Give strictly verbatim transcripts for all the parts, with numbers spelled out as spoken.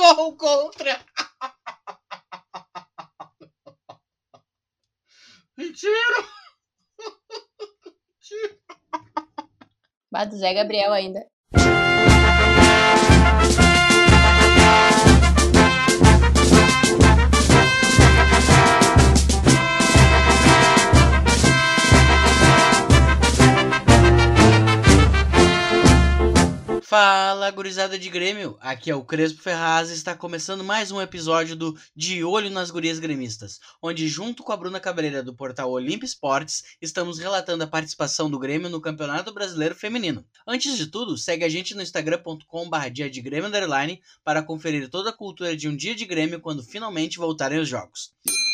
Gol contra! Mentira! Mentira! Bah, do Zé Gabriel ainda. Fala, gurizada de Grêmio, aqui é o Crespo Ferraz e está começando mais um episódio do De Olho nas Gurias Gremistas, onde junto com a Bruna Cabreira do portal Olimpo Esportes, estamos relatando a participação do Grêmio no Campeonato Brasileiro Feminino. Antes de tudo, segue a gente no instagram ponto com barra dia de Grêmio underline para conferir toda a cultura de um dia de Grêmio quando finalmente voltarem os jogos.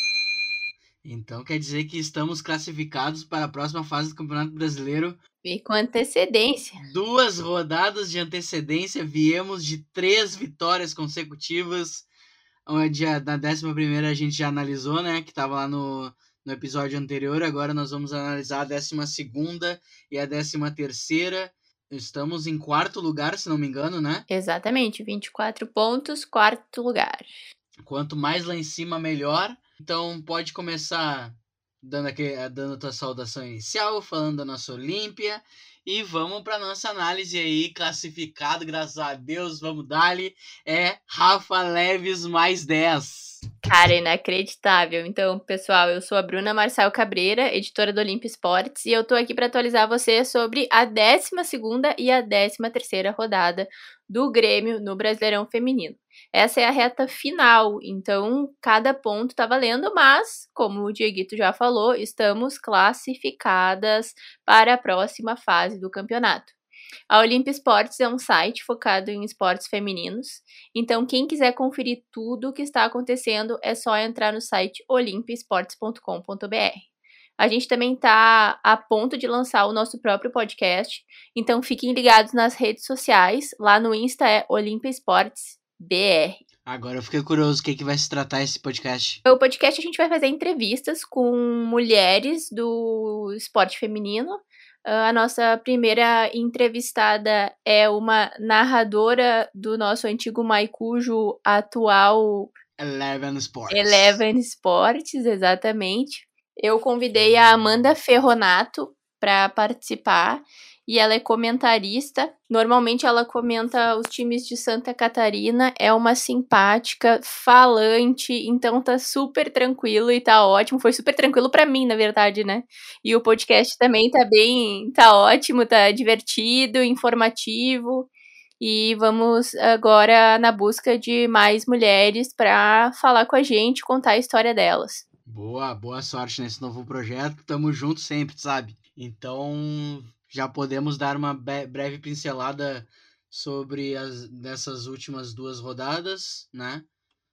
Então quer dizer que estamos classificados para a próxima fase do Campeonato Brasileiro. E com antecedência. Duas rodadas de antecedência, viemos de três vitórias consecutivas. Na décima primeira a gente já analisou, né? Que estava lá no, no episódio anterior. Agora nós vamos analisar a décima segunda e a décima terceira. Estamos em quarto lugar, se não me engano, né? Exatamente, vinte e quatro pontos, quarto lugar. Quanto mais lá em cima, melhor. Então pode começar dando, aqui, dando a tua saudação inicial, falando da nossa Olímpia. E vamos para nossa análise aí, classificado, graças a Deus, vamos dar-lhe. É Rafa Leves mais dez. Cara, inacreditável. Então, pessoal, eu sou a Bruna Marçal Cabreira, editora do Olimpo Esportes, e eu tô aqui para atualizar você sobre a décima segunda e a décima terceira rodada do Grêmio no Brasileirão Feminino. Essa é a reta final, então cada ponto tá valendo, mas, como o Dieguito já falou, estamos classificadas para a próxima fase do campeonato. A Olimpo Esportes é um site focado em esportes femininos, então quem quiser conferir tudo o que está acontecendo é só entrar no site olimpo esportes ponto com ponto b r. A gente também está a ponto de lançar o nosso próprio podcast, então fiquem ligados nas redes sociais, lá no Insta é Olimpo Esportes B R. Agora eu fiquei curioso, o que, que vai se tratar esse podcast? O podcast a gente vai fazer entrevistas com mulheres do esporte feminino. A nossa primeira entrevistada é uma narradora do nosso antigo Maicujo, atual Eleven Sports. Eleven Sports, exatamente. Eu convidei a Amanda Ferronato para participar e ela é comentarista. Normalmente ela comenta os times de Santa Catarina, é uma simpática, falante, então tá super tranquilo e tá ótimo. Foi super tranquilo para mim, na verdade, né? E o podcast também tá bem, tá ótimo, tá divertido, informativo. E vamos agora na busca de mais mulheres para falar com a gente, contar a história delas. Boa, boa sorte nesse novo projeto. Tamo junto sempre, sabe? Então, já podemos dar uma breve pincelada sobre as dessas últimas duas rodadas, né?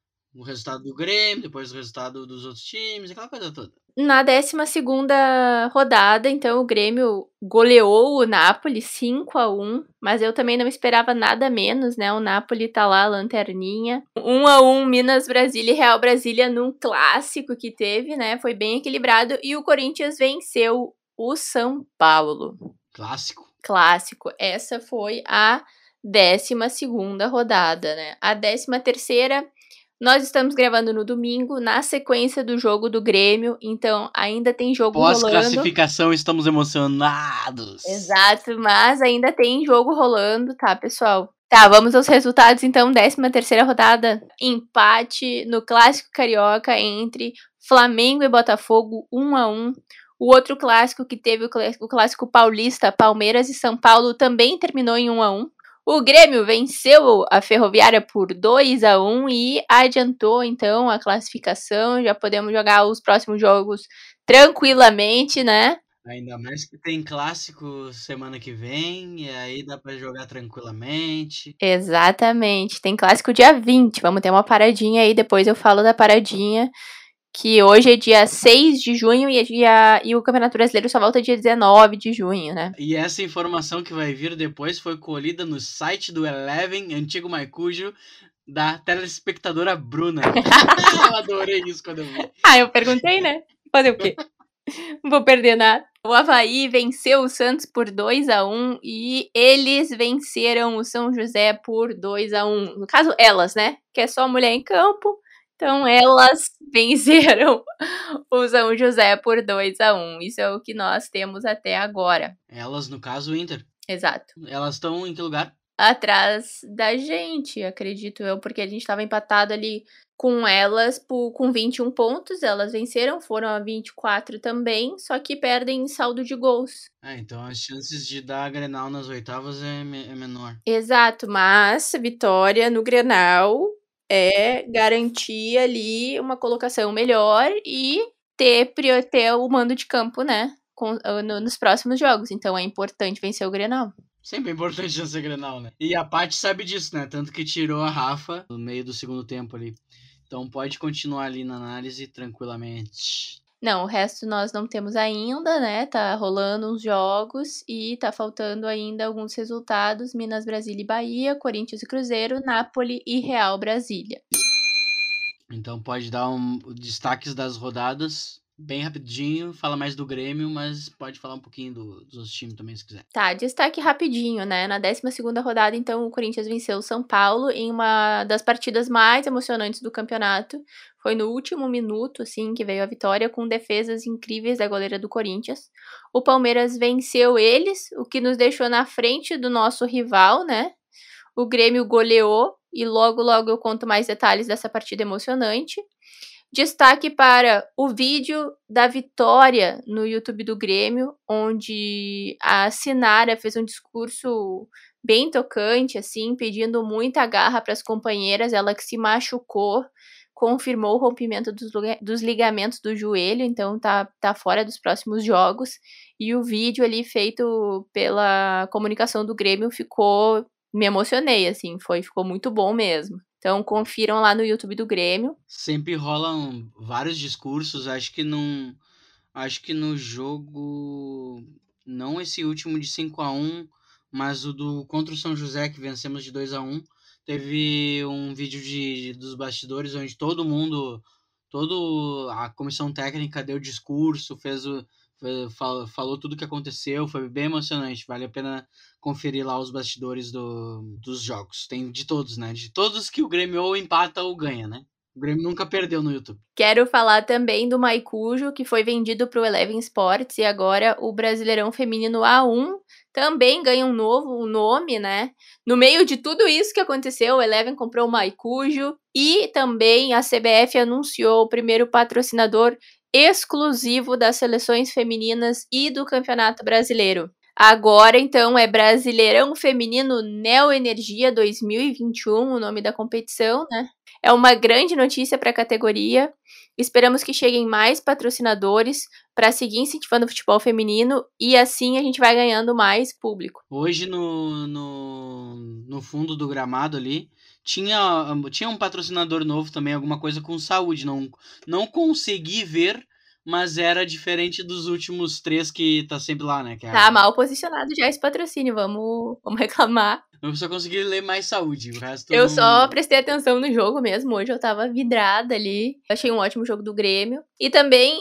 O resultado do Grêmio, depois o resultado dos outros times, aquela coisa toda. Na décima segunda rodada, então, o Grêmio goleou o Napoli cinco a um, mas eu também não esperava nada menos, né? O Napoli tá lá, lanterninha. um a um, Minas Brasília e Real Brasília num clássico que teve, né? Foi bem equilibrado e o Corinthians venceu o São Paulo. Clássico. Clássico. Essa foi a décima segunda rodada, né? A décima terceira... Nós estamos gravando no domingo, na sequência do jogo do Grêmio, então ainda tem jogo rolando. Pós-classificação, estamos emocionados. Exato, mas ainda tem jogo rolando, tá, pessoal? Tá, vamos aos resultados, então, décima terceira rodada. Empate no Clássico Carioca entre Flamengo e Botafogo, um a um. O outro clássico que teve, o Clássico Paulista, Palmeiras e São Paulo, também terminou em um a um. O Grêmio venceu a Ferroviária por dois a um e adiantou, então, a classificação. Já podemos jogar os próximos jogos tranquilamente, né? Ainda mais que tem clássico semana que vem, e aí dá pra jogar tranquilamente. Exatamente. Tem clássico dia vinte. Vamos ter uma paradinha aí, depois eu falo da paradinha. Que hoje é dia seis de junho e, dia, e o Campeonato Brasileiro só volta dia dezenove de junho, né? E essa informação que vai vir depois foi colhida no site do Eleven, antigo Maicujo, da telespectadora Bruna. Eu adorei isso quando eu vi. Ah, eu perguntei, né? Fazer o quê? Não vou perder nada. O Avaí venceu o Santos por dois a um e eles venceram o São José por dois a um. No caso, elas, né? Que é só mulher em campo. Então, elas venceram o São José por dois a um. Isso é o que nós temos até agora. Elas, no caso, o Inter. Exato. Elas estão em que lugar? Atrás da gente, acredito eu, porque a gente estava empatado ali com elas por, com vinte e um pontos. Elas venceram, foram a vinte e quatro também, só que perdem em saldo de gols. Ah, então as chances de dar a Grenal nas oitavas é, me- é menor. Exato, mas vitória no Grenal é garantir ali uma colocação melhor e ter, prior- ter o mando de campo, né, com- no- nos próximos jogos. Então é importante vencer o Grenal. Sempre é importante vencer Grenal, né? E a Paty sabe disso, né? Tanto que tirou a Rafa no meio do segundo tempo ali. Então pode continuar ali na análise tranquilamente. Não, o resto nós não temos ainda, né? Tá rolando uns jogos e tá faltando ainda alguns resultados: Minas, Brasília e Bahia, Corinthians e Cruzeiro, Nápoles e Real Brasília. Então pode dar um destaques das rodadas bem rapidinho. Fala mais do Grêmio, mas pode falar um pouquinho do, dos outros times também, se quiser. Tá, destaque rapidinho, né? Na décima segunda rodada, então, o Corinthians venceu o São Paulo em uma das partidas mais emocionantes do campeonato. Foi no último minuto, assim, que veio a vitória, com defesas incríveis da goleira do Corinthians. O Palmeiras venceu eles, o que nos deixou na frente do nosso rival, né? O Grêmio goleou e logo, logo eu conto mais detalhes dessa partida emocionante. Destaque para o vídeo da vitória no YouTube do Grêmio, onde a Sinara fez um discurso bem tocante, assim, pedindo muita garra para as companheiras. Ela que se machucou, confirmou o rompimento dos, dos ligamentos do joelho, então tá, tá fora dos próximos jogos. E o vídeo ali feito pela comunicação do Grêmio ficou... Me emocionei, assim, foi, ficou muito bom mesmo. Então, confiram lá no YouTube do Grêmio. Sempre rolam vários discursos. Acho que não. Acho que no jogo. Não esse último de cinco a um, mas o do contra o São José, que vencemos de dois a um. Teve um vídeo de, dos bastidores onde todo mundo. Toda a comissão técnica deu discurso, fez o. Falou, falou tudo o que aconteceu, foi bem emocionante. Vale a pena conferir lá os bastidores do, dos jogos. Tem de todos, né? De todos que o Grêmio ou empata ou ganha, né? O Grêmio nunca perdeu no YouTube. Quero falar também do Maicujo, que foi vendido para o Eleven Sports, e agora o Brasileirão Feminino A um também ganha um novo nome, né? No meio de tudo isso que aconteceu, o Eleven comprou o Maicujo e também a C B F anunciou o primeiro patrocinador exclusivo das seleções femininas e do Campeonato Brasileiro. Agora, então, é Brasileirão Feminino Neoenergia dois mil e vinte e um, o nome da competição, né? É uma grande notícia para a categoria. Esperamos que cheguem mais patrocinadores para seguir incentivando o futebol feminino e assim a gente vai ganhando mais público. Hoje no, no, no fundo do gramado ali tinha, tinha um patrocinador novo também, alguma coisa com saúde. Não, não consegui ver, mas era diferente dos últimos três que tá sempre lá, né? Que é Tá a... mal posicionado já esse patrocínio, vamos, vamos reclamar. Eu só consegui ler mais saúde, o resto Eu não... só prestei atenção no jogo mesmo, hoje eu tava vidrada ali. Achei um ótimo jogo do Grêmio. E também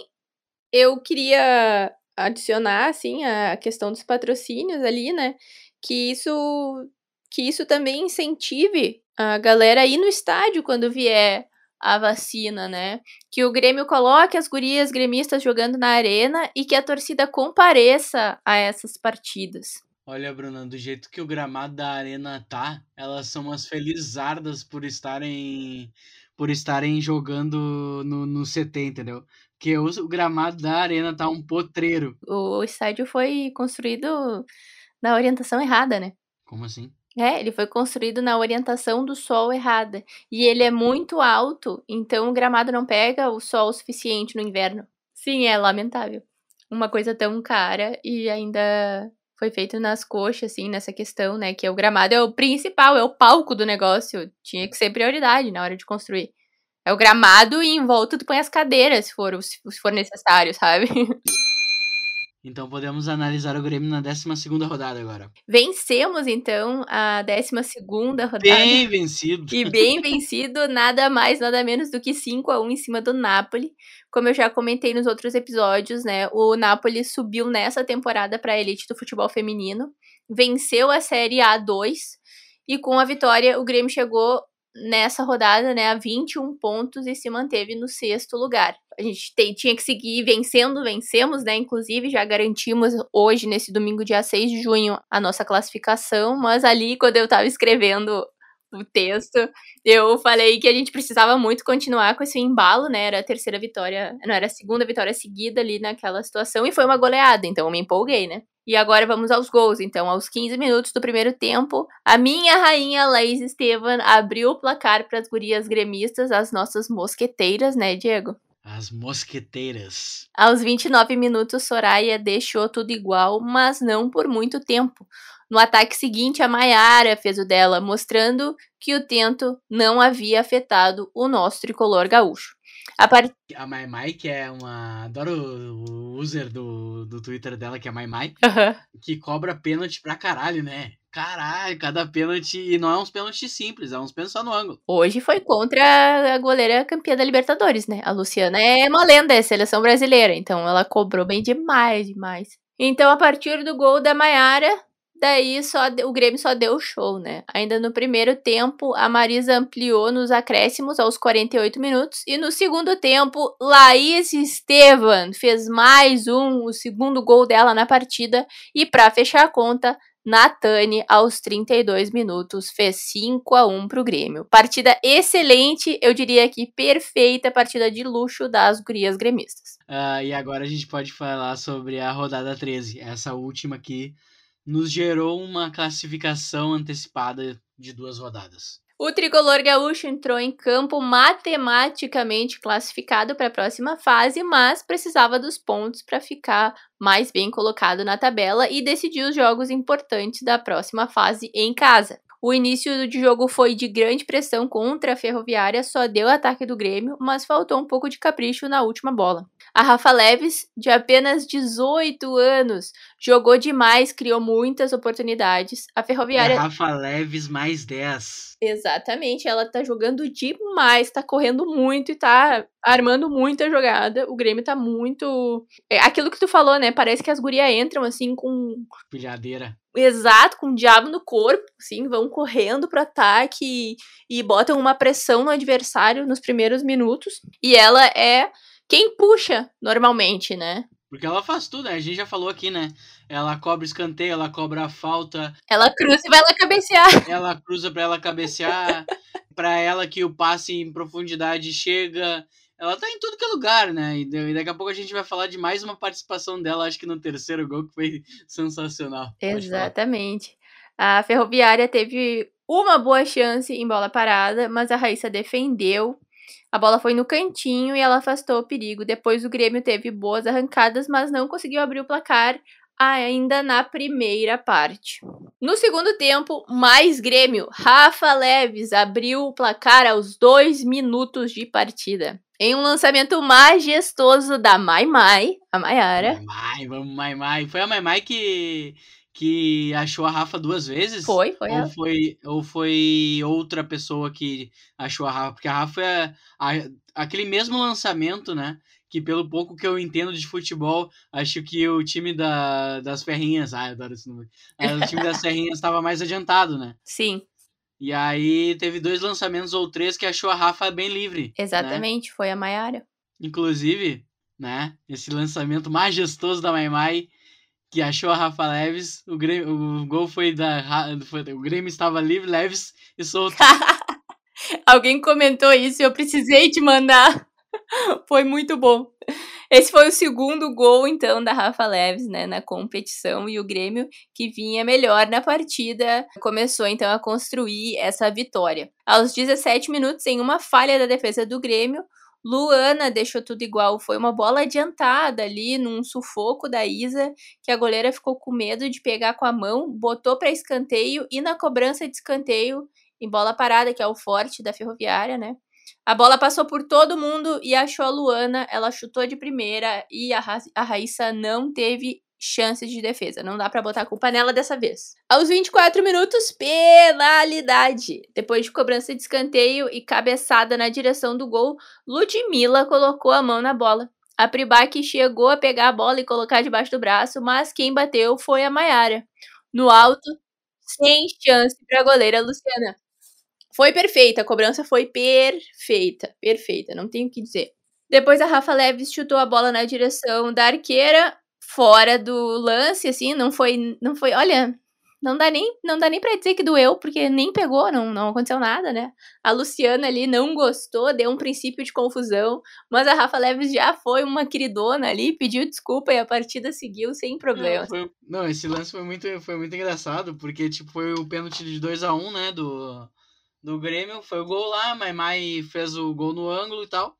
eu queria adicionar, assim, a questão dos patrocínios ali, né? Que isso, que isso também incentive a galera a ir no estádio quando vier a vacina, né? Que o Grêmio coloque as gurias gremistas jogando na arena e que a torcida compareça a essas partidas. Olha, Bruna, do jeito que o gramado da arena tá, elas são umas felizardas por estarem por estarem jogando no, no C T, entendeu? Porque o, o gramado da arena tá um potreiro. O estádio foi construído na orientação errada, né? Como assim? É, ele foi construído na orientação do sol errada. E ele é muito alto, então o gramado não pega o sol o suficiente no inverno. Sim, é lamentável. Uma coisa tão cara e ainda foi feito nas coxas, assim, nessa questão, né? Que o gramado é o principal, é o palco do negócio. Tinha que ser prioridade na hora de construir. É o gramado e em volta tu põe as cadeiras, se for, se for necessário, sabe? Então podemos analisar o Grêmio na décima segunda rodada agora. Vencemos, então, a décima segunda rodada. Bem vencido. E bem vencido, nada mais, nada menos do que cinco a um em cima do Napoli. Como eu já comentei nos outros episódios, né, o Napoli subiu nessa temporada para a elite do futebol feminino, venceu a Série A dois, e com a vitória o Grêmio chegou nessa rodada, né, a vinte e um pontos e se manteve no sexto lugar. A gente tem, tinha que seguir vencendo, vencemos, né, inclusive já garantimos hoje, nesse domingo, dia seis de junho, a nossa classificação, mas ali, quando eu tava escrevendo o texto, eu falei que a gente precisava muito continuar com esse embalo, né, era a terceira vitória, não, era a segunda vitória seguida ali naquela situação, e foi uma goleada, então eu me empolguei, né. E agora vamos aos gols, então, aos quinze minutos do primeiro tempo, a minha rainha Laís Estevam abriu o placar para as gurias gremistas, as nossas mosqueteiras, né, Diego? As mosqueteiras. Aos vinte e nove minutos, Soraya deixou tudo igual, mas não por muito tempo. No ataque seguinte, a Maiara fez o dela, mostrando que o tento não havia afetado o nosso tricolor gaúcho. A, part... a Mai Mai, que é uma... Adoro o user do, do Twitter dela, que é a Mai Mai, uhum. que cobra pênalti pra caralho, né? Caralho, cada pênalti... E não é uns pênaltis simples, é uns pênaltis só no ângulo. Hoje foi contra a goleira campeã da Libertadores, né? A Luciana é uma lenda, é seleção brasileira, então ela cobrou bem demais, demais. Então, a partir do gol da Maiara, daí só o Grêmio só deu show, né? Ainda no primeiro tempo, a Marisa ampliou nos acréscimos aos quarenta e oito minutos. E no segundo tempo, Laís Estevam fez mais um, o segundo gol dela na partida. E para fechar a conta, Natane, aos trinta e dois minutos, fez cinco a um pro Grêmio. Partida excelente, eu diria que perfeita, partida de luxo das gurias gremistas. Uh, e agora a gente pode falar sobre a rodada treze, essa última aqui. Nos gerou uma classificação antecipada de duas rodadas. O tricolor gaúcho entrou em campo matematicamente classificado para a próxima fase, mas precisava dos pontos para ficar mais bem colocado na tabela e decidir os jogos importantes da próxima fase em casa. O início de jogo foi de grande pressão contra a Ferroviária, só deu ataque do Grêmio, mas faltou um pouco de capricho na última bola. A Rafa Leves, de apenas dezoito anos, jogou demais, criou muitas oportunidades. A Ferroviária... É a Rafa Leves mais dez. Exatamente, ela tá jogando demais, tá correndo muito e tá armando muita jogada. O Grêmio tá muito... É aquilo que tu falou, né? Parece que as gurias entram assim com... Pilhadeira. Exato, com o diabo no corpo, assim, vão correndo pro ataque e, e botam uma pressão no adversário nos primeiros minutos. E ela é quem puxa, normalmente, né? Porque ela faz tudo, né? A gente já falou aqui, né? Ela cobra escanteio, ela cobra a falta. Ela cruza e vai lá cabecear. Ela cruza pra ela cabecear. Pra ela que o passe em profundidade chega. Ela tá em tudo que é lugar, né? E daqui a pouco a gente vai falar de mais uma participação dela, acho que no terceiro gol, que foi sensacional. Exatamente. A Ferroviária teve uma boa chance em bola parada, mas a Raíssa defendeu. A bola foi no cantinho e ela afastou o perigo. Depois o Grêmio teve boas arrancadas, mas não conseguiu abrir o placar ainda na primeira parte. No segundo tempo, mais Grêmio. Rafa Leves abriu o placar aos dois minutos de partida. Em um lançamento majestoso da Mai Mai, a Maiara. Mai Mai, vamos Mai Mai. Foi a Mai Mai que, que achou a Rafa duas vezes? Foi, foi ou ela. foi Ou foi outra pessoa que achou a Rafa? Porque a Rafa foi a, a, aquele mesmo lançamento, né? Que pelo pouco que eu entendo de futebol, acho que o time da, das Ferrinhas... Ah, eu adoro esse nome. O time das Ferrinhas estava mais adiantado, né? Sim. E aí teve dois lançamentos ou três que achou a Rafa bem livre. Exatamente, né? Foi a Maiara. Inclusive, né, esse lançamento majestoso da Mai Mai, que achou a Rafa Leves, o, Grêmio, o gol foi da... Foi, o Grêmio estava livre, leves e solto. Alguém comentou isso e eu precisei te mandar. Foi muito bom. Esse foi o segundo gol, então, da Rafa Leves, né, na competição, e o Grêmio, que vinha melhor na partida, começou, então, a construir essa vitória. Aos dezessete minutos, em uma falha da defesa do Grêmio, Luana deixou tudo igual. Foi uma bola adiantada ali, num sufoco da Isa, que a goleira ficou com medo de pegar com a mão, botou para escanteio, e na cobrança de escanteio, em bola parada, que é o forte da Ferroviária, né, a bola passou por todo mundo e achou a Luana, ela chutou de primeira e a, Ra- a Raíssa não teve chances de defesa. Não dá pra botar a culpa nela dessa vez. Aos vinte e quatro minutos, penalidade. Depois de cobrança de escanteio e cabeçada na direção do gol, Ludmilla colocou a mão na bola. A Pribac chegou a pegar a bola e colocar debaixo do braço, mas quem bateu foi a Maiara. No alto, sem chance pra goleira Luciana. Foi perfeita, a cobrança foi perfeita, perfeita, não tenho o que dizer. Depois a Rafa Leves chutou a bola na direção da arqueira, fora do lance, assim, não foi, não foi, olha, não dá nem, não dá nem pra dizer que doeu, porque nem pegou, não, não aconteceu nada, né? A Luciana ali não gostou, deu um princípio de confusão, mas a Rafa Leves já foi uma queridona ali, pediu desculpa e a partida seguiu sem problemas. Não, foi, não esse lance foi muito, foi muito engraçado, porque tipo, foi o pênalti de dois a um, né, do, do Grêmio, foi o gol lá, Mai Mai fez o gol no ângulo e tal.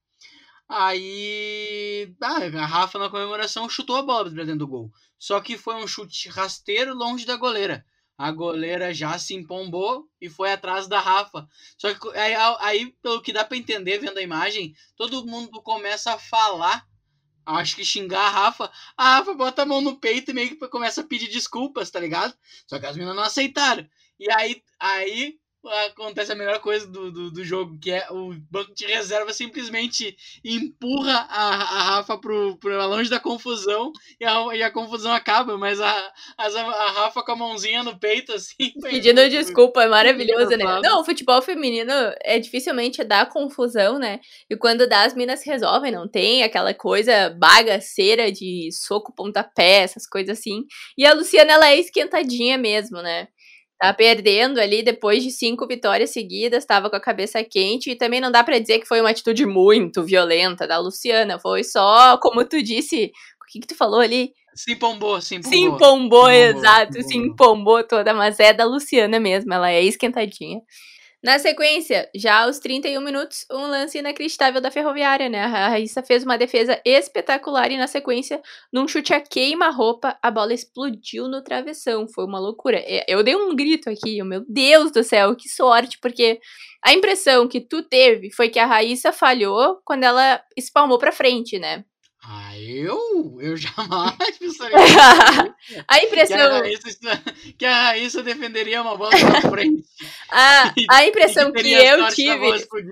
Aí ah, a Rafa na comemoração chutou a bola pra dentro do gol. Só que foi um chute rasteiro longe da goleira. A goleira já se empombou e foi atrás da Rafa. Só que aí, aí pelo que dá pra entender vendo a imagem, todo mundo começa a falar, acho que xingar a Rafa. A Rafa bota a mão no peito e meio que começa a pedir desculpas, tá ligado? Só que as meninas não aceitaram. E aí, aí acontece a melhor coisa do, do, do jogo, que é o banco de reserva simplesmente empurra a, a Rafa pro, pro longe da confusão e a, e a confusão acaba, mas a, a, a Rafa com a mãozinha no peito, assim... Pedindo muito, desculpa, é maravilhoso, né? Não, o futebol feminino é dificilmente dá confusão, né? E quando dá, as minas resolvem, não tem aquela coisa bagaceira de soco, pontapé, essas coisas assim. E a Luciana, ela é esquentadinha mesmo, né? Tá perdendo ali depois de cinco vitórias seguidas, tava com a cabeça quente, e também não dá pra dizer que foi uma atitude muito violenta da Luciana, foi só, como tu disse, o que que tu falou ali? Se empombou, se empombou. Se empombou, exato, se empombou toda, mas é da Luciana mesmo, ela é esquentadinha. Na sequência, já aos trinta e um minutos, um lance inacreditável da Ferroviária, né? A Raíssa fez uma defesa espetacular e na sequência, num chute a queima-roupa, a bola explodiu no travessão. Foi uma loucura. Eu dei um grito aqui, meu Deus do céu, que sorte, porque a impressão que tu teve foi que a Raíssa falhou quando ela espalmou pra frente, né? Ah, eu? Eu jamais pensaria a impressão... que a, Raíssa, que a Raíssa defenderia uma bola pra frente. a, a impressão que, que eu tive...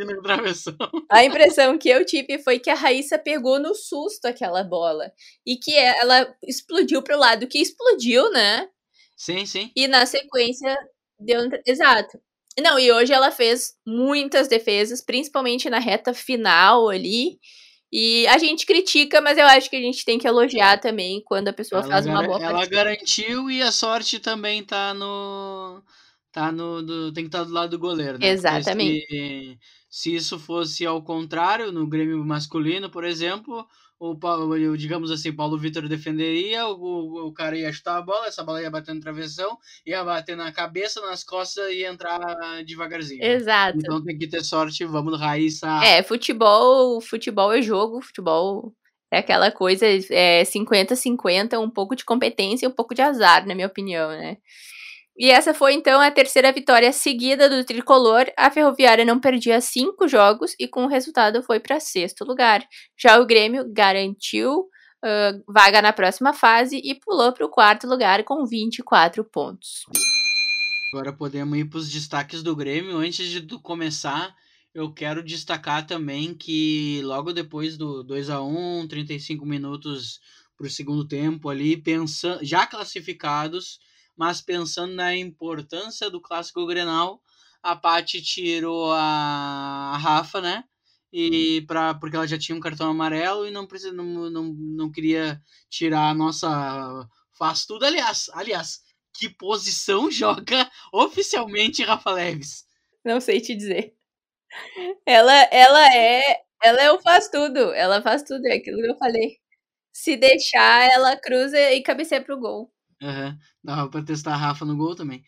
A impressão que eu tive foi que a Raíssa pegou no susto aquela bola. E que ela explodiu pro lado que explodiu, né? Sim, sim. E na sequência deu... Exato. Não, e hoje ela fez muitas defesas, principalmente na reta final ali... E a gente critica, mas eu acho que a gente tem que elogiar também quando a pessoa ela faz uma boa ela partida. garantiu e a sorte também tá no... Tá no do, tem que estar do lado do goleiro, né? Exatamente. Se, se isso fosse ao contrário, no Grêmio masculino, por exemplo, o Paulo, digamos assim, Paulo Vitor defenderia, o, o cara ia chutar a bola, essa bola ia bater no travessão, ia bater na cabeça, nas costas e ia entrar devagarzinho. Exato. Então tem que ter sorte, vamos, Raíssa. É, futebol, futebol é jogo, futebol é aquela coisa, é cinquenta a cinquenta, um pouco de competência e um pouco de azar, na minha opinião, né? E essa foi, então, a terceira vitória seguida do Tricolor. A Ferroviária não perdia cinco jogos e, com o resultado, foi para sexto lugar. Já o Grêmio garantiu uh, vaga na próxima fase e pulou para o quarto lugar com vinte e quatro pontos. Agora podemos ir para os destaques do Grêmio. Antes de começar, eu quero destacar também que logo depois do dois a um, trinta e cinco minutos para o segundo tempo ali, pensando, já classificados, mas pensando na importância do Clássico Grenal, a Paty tirou a Rafa, né? E pra, porque ela já tinha um cartão amarelo e não, precisa, não, não, não queria tirar a nossa... Faz tudo, aliás. Aliás, que posição joga oficialmente Rafa Leves? Não sei te dizer. Ela, ela é... Ela é o faz tudo. Ela faz tudo, é aquilo que eu falei. Se deixar, ela cruza e cabeceia pro gol. Uhum. Dava pra testar a Rafa no gol também.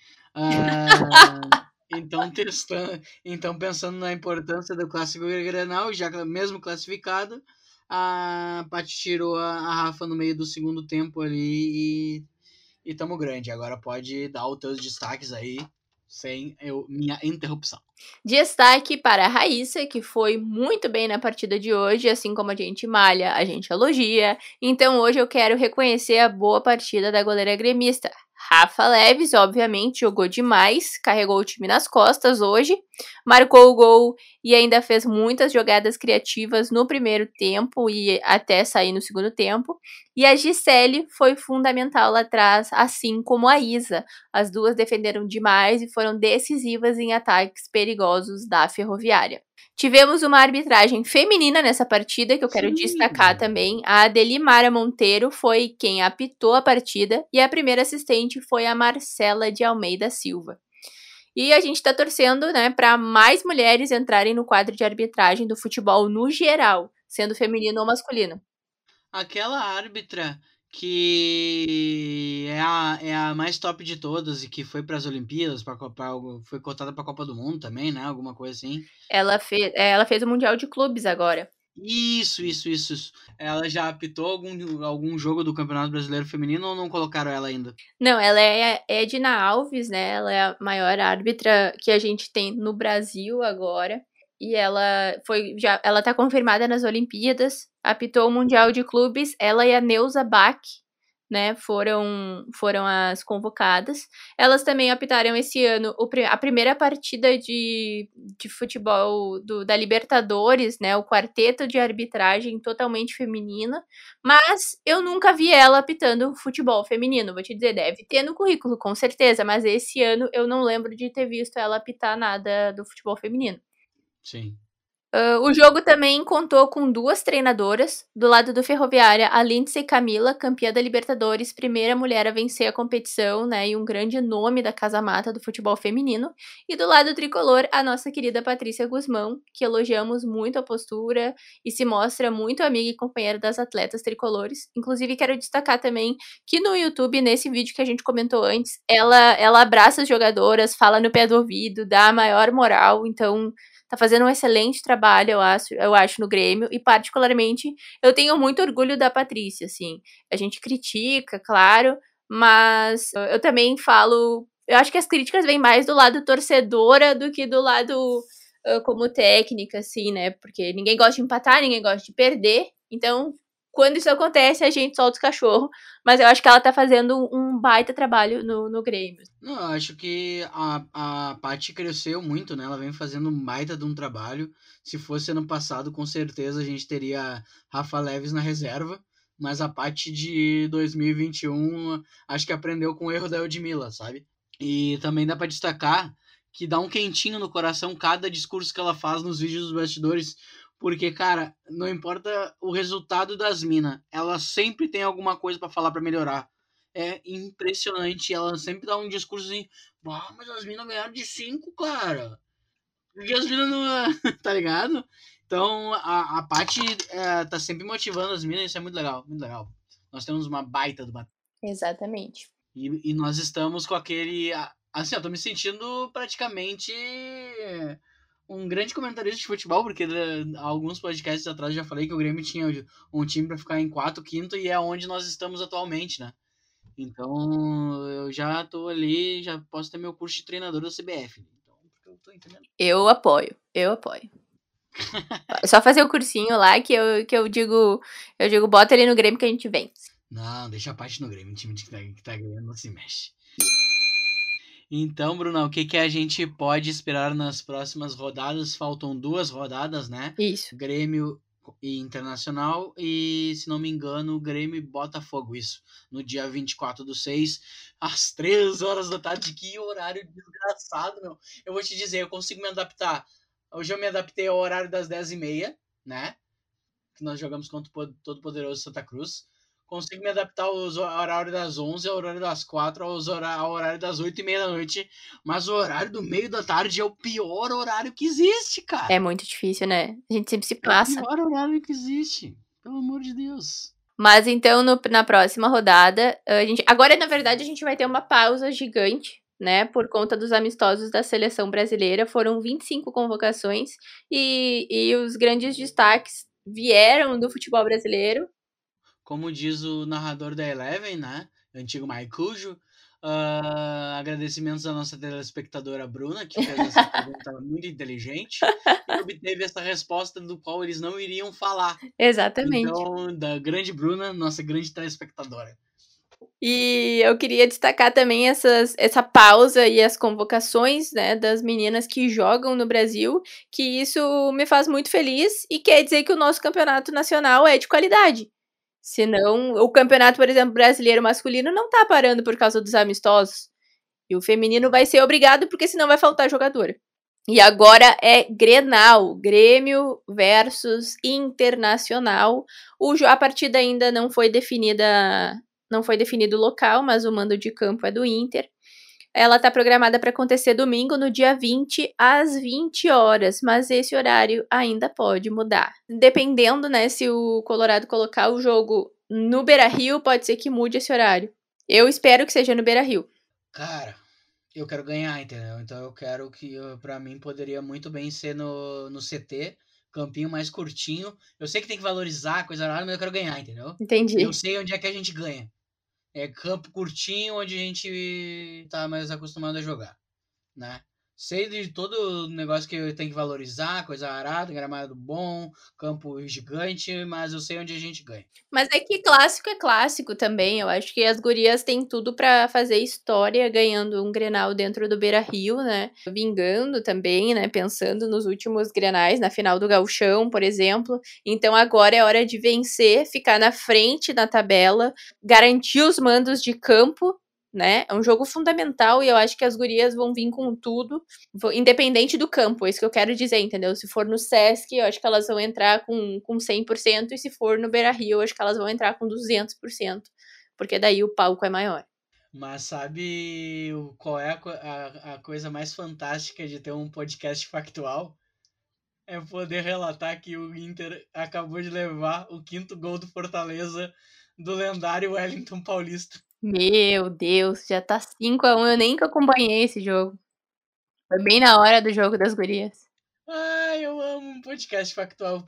Uh, então, testando, então, pensando na importância do Clássico Grenal, já mesmo classificado, a Paty tirou a, a Rafa no meio do segundo tempo ali e, e tamo grande. Agora pode dar os teus destaques aí. sem eu, minha interrupção. Destaque para a Raíssa, que foi muito bem na partida de hoje, assim como a gente malha, a gente elogia. Então hoje eu quero reconhecer a boa partida da goleira gremista. Rafa Leves, obviamente, jogou demais, carregou o time nas costas hoje, marcou o gol e ainda fez muitas jogadas criativas no primeiro tempo e até sair no segundo tempo. E a Gisele foi fundamental lá atrás, assim como a Isa. As duas defenderam demais e foram decisivas em ataques perigosos da Ferroviária. Tivemos uma arbitragem feminina nessa partida, que eu quero Sim. destacar também. A Adelimara Monteiro foi quem apitou a partida e a primeira assistente foi a Marcela de Almeida Silva. E a gente está torcendo, né, para mais mulheres entrarem no quadro de arbitragem do futebol no geral, sendo feminino ou masculino. Aquela árbitra que é a, é a mais top de todas e que foi para as Olimpíadas, pra, pra, foi cotada para a Copa do Mundo também, né? Alguma coisa assim. Ela, fe ela fez o Mundial de Clubes agora. Isso, isso, isso, isso. Ela já apitou algum, algum jogo do Campeonato Brasileiro Feminino ou não colocaram ela ainda? Não, ela é Edna Alves, né? Ela é a maior árbitra que a gente tem no Brasil agora. E ela foi já, ela tá confirmada nas Olimpíadas, apitou o Mundial de Clubes, ela e a Neuza Bach, né, foram foram as convocadas. Elas também apitaram esse ano o, a primeira partida de, de futebol do, da Libertadores, né, o quarteto de arbitragem totalmente feminina, mas eu nunca vi ela apitando futebol feminino, vou te dizer, deve ter no currículo, com certeza, mas esse ano eu não lembro de ter visto ela apitar nada do futebol feminino. Sim. Uh, o jogo também contou com duas treinadoras. Do lado do Ferroviária, a Lindsay Camila, campeã da Libertadores, primeira mulher a vencer a competição, né, e um grande nome da casa mata do futebol feminino. E do lado tricolor, a nossa querida Patrícia Guzmão, que elogiamos muito a postura e se mostra muito amiga e companheira das atletas tricolores. Inclusive, quero destacar também que no YouTube, nesse vídeo que a gente comentou antes, ela, ela abraça as jogadoras, fala no pé do ouvido, dá a maior moral, então tá fazendo um excelente trabalho, eu acho, eu acho, no Grêmio, e particularmente eu tenho muito orgulho da Patrícia, assim. A gente critica, claro, mas eu também falo, eu acho que as críticas vêm mais do lado torcedora do que do lado uh, como técnica, assim, né? Porque ninguém gosta de empatar, ninguém gosta de perder, então quando isso acontece, a gente solta os cachorros. Mas eu acho que ela tá fazendo um baita trabalho no, no Grêmio. Não, eu acho que a, a Paty cresceu muito, né? Ela vem fazendo um baita de um trabalho. Se fosse ano passado, com certeza a gente teria Rafa Leves na reserva. Mas a Paty de dois mil e vinte e um, acho que aprendeu com o erro da Eudmila, sabe? E também dá pra destacar que dá um quentinho no coração cada discurso que ela faz nos vídeos dos bastidores. Porque, cara, não importa o resultado das minas, ela sempre tem alguma coisa pra falar pra melhorar. É impressionante, ela sempre dá um discurso assim, ah, mas as minas ganharam de cinco, cara. Porque as minas não. Tá ligado? Então a, a Paty é, tá sempre motivando as minas, isso é muito legal, muito legal. Nós temos uma baita de uma. Exatamente. E, e nós estamos com aquele. Assim, eu tô me sentindo praticamente um grande comentarista de futebol, porque né, alguns podcasts atrás eu já falei que o Grêmio tinha um time pra ficar em quarto, quinto, e é onde nós estamos atualmente, né? Então, eu já tô ali, já posso ter meu curso de treinador da C B F. Então, porque eu tô entendendo. Eu apoio, eu apoio. É só fazer o cursinho lá que eu, que eu digo, eu digo, bota ele no Grêmio que a gente vence. Não, deixa a parte no Grêmio, o time que tá, que tá ganhando não se mexe. Então, Bruno, o que, que a gente pode esperar nas próximas rodadas? Faltam duas rodadas, né? Isso. Grêmio e Internacional e, se não me engano, Grêmio e Botafogo, isso. No dia vinte e quatro do seis, às três horas da tarde. Que horário desgraçado, meu. Eu vou te dizer, eu consigo me adaptar. Hoje eu me adaptei ao horário das dez e meia, né? Que nós jogamos contra o todo-poderoso Santa Cruz. Consigo me adaptar ao horário das onze, ao horário das quatro, ao horário das oito e meia da noite. Mas o horário do meio da tarde é o pior horário que existe, cara. É muito difícil, né? A gente sempre se passa. É o pior horário que existe. Pelo amor de Deus. Mas então, no, na próxima rodada, a gente. Agora, na verdade, a gente vai ter uma pausa gigante, né? Por conta dos amistosos da seleção brasileira. Foram vinte e cinco convocações e, e os grandes destaques vieram do futebol brasileiro. Como diz o narrador da Eleven, né? Antigo Maicujo, Uh, agradecimentos à nossa telespectadora Bruna, que fez essa pergunta muito inteligente e obteve essa resposta do qual eles não iriam falar. Exatamente. Então, da grande Bruna, nossa grande telespectadora. E eu queria destacar também essas, essa pausa e as convocações, né, das meninas que jogam no Brasil, que isso me faz muito feliz e quer dizer que o nosso campeonato nacional é de qualidade. Senão, o campeonato, por exemplo, brasileiro masculino não tá parando por causa dos amistosos. E o feminino vai ser obrigado, porque senão vai faltar jogador. E agora é Grenal, Grêmio versus Internacional. O, a partida ainda não foi definida, não foi definido o local, mas o mando de campo é do Inter. Ela está programada para acontecer domingo, no dia vinte, às vinte horas, mas esse horário ainda pode mudar. Dependendo, né, se o Colorado colocar o jogo no Beira-Rio, pode ser que mude esse horário. Eu espero que seja no Beira-Rio. Cara, eu quero ganhar, entendeu? Então eu quero que, pra mim, poderia muito bem ser no, no C T, campinho mais curtinho. Eu sei que tem que valorizar, coisa rara, mas eu quero ganhar, entendeu? Entendi. Eu sei onde é que a gente ganha. É campo curtinho, onde a gente tá mais acostumado a jogar, né? Sei de todo o negócio que tem que valorizar, coisa arada, gramado bom, campo gigante, mas eu sei onde a gente ganha. Mas é que clássico é clássico também. Eu acho que as gurias têm tudo pra fazer história, ganhando um Grenal dentro do Beira-Rio, né? Vingando também, né? Pensando nos últimos Grenais, na final do Gauchão, por exemplo. Então agora é hora de vencer, ficar na frente na tabela, garantir os mandos de campo, né? É um jogo fundamental e eu acho que as gurias vão vir com tudo, independente do campo, é isso que eu quero dizer, entendeu? Se for no Sesc, eu acho que elas vão entrar com, com cem por cento, e se for no Beira-Rio, eu acho que elas vão entrar com duzentos por cento, porque daí o palco é maior. Mas sabe qual é a, a, a coisa mais fantástica de ter um podcast factual? É poder relatar que o Inter acabou de levar o quinto gol do Fortaleza do lendário Wellington Paulista. Meu Deus, já tá cinco a um, eu nem que acompanhei esse jogo. Foi bem na hora do jogo das gurias. Ai, eu amo um podcast factual.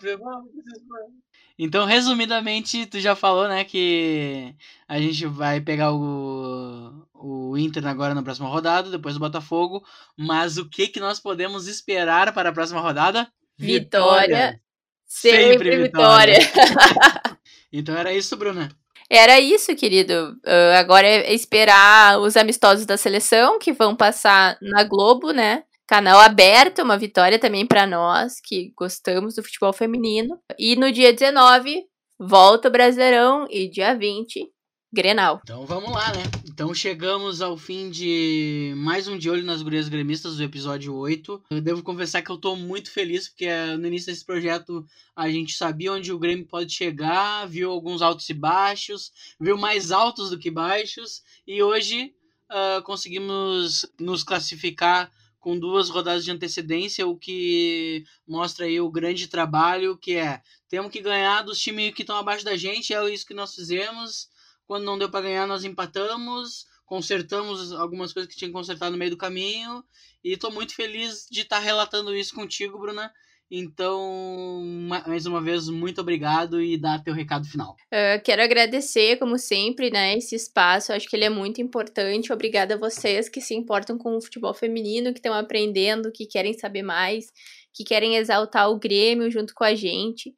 Então, resumidamente, tu já falou, né, que a gente vai pegar o, o Inter agora na próxima rodada, depois o Botafogo, mas o que que nós podemos esperar para a próxima rodada? Vitória, Sempre, sempre vitória. vitória. Então era isso, Bruna. Era isso, querido. Uh, agora é esperar os amistosos da seleção, que vão passar na Globo, né? Canal aberto, uma vitória também para nós, que gostamos do futebol feminino. E no dia dezenove, volta o Brasileirão, e dia vinte, Grenal. Então vamos lá, né? Então chegamos ao fim de mais um De Olho nas Gurias Gremistas, do episódio oito. Eu devo confessar que eu tô muito feliz, porque no início desse projeto a gente sabia onde o Grêmio pode chegar, viu alguns altos e baixos, viu mais altos do que baixos, e hoje uh, conseguimos nos classificar com duas rodadas de antecedência, o que mostra aí o grande trabalho, que é, temos que ganhar dos times que estão abaixo da gente, é isso que nós fizemos. Quando não deu para ganhar, nós empatamos, consertamos algumas coisas que tinha que consertar no meio do caminho, e estou muito feliz de estar relatando isso contigo, Bruna. Então, mais uma vez, muito obrigado e dá teu recado final. Uh, quero agradecer, como sempre, né, esse espaço. Acho que ele é muito importante. Obrigada a vocês que se importam com o futebol feminino, que estão aprendendo, que querem saber mais, que querem exaltar o Grêmio junto com a gente.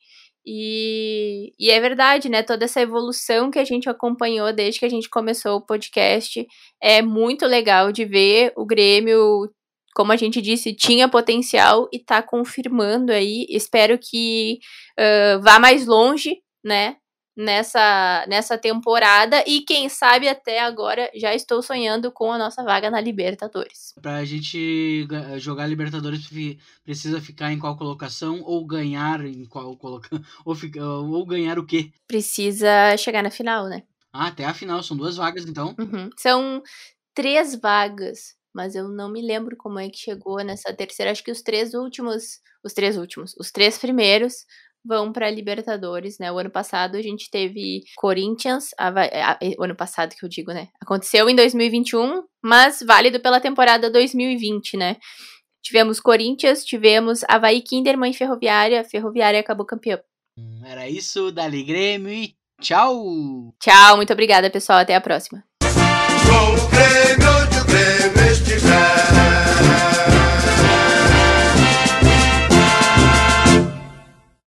E, e é verdade, né? Toda essa evolução que a gente acompanhou desde que a gente começou o podcast é muito legal de ver o Grêmio, como a gente disse, tinha potencial e tá confirmando aí. Espero que uh, vá mais longe, né? Nessa, nessa temporada, e quem sabe até agora já estou sonhando com a nossa vaga na Libertadores. Pra gente jogar Libertadores precisa ficar em qual colocação ou ganhar em qual colocação, ou, ou ganhar o quê? Precisa chegar na final, né? Ah, até a final, são duas vagas então? Uhum. São três vagas, mas eu não me lembro como é que chegou nessa terceira. Acho que os três últimos, os três últimos, os três primeiros vão para Libertadores, né? O ano passado a gente teve Corinthians, a, a, a, o ano passado que eu digo, né? Aconteceu em dois mil e vinte e um, mas válido pela temporada dois mil e vinte, né? Tivemos Corinthians, tivemos Avaí, Kinderman e Ferroviária. Ferroviária acabou campeão. Era isso, dali Grêmio e tchau! Tchau, muito obrigada, pessoal. Até a próxima.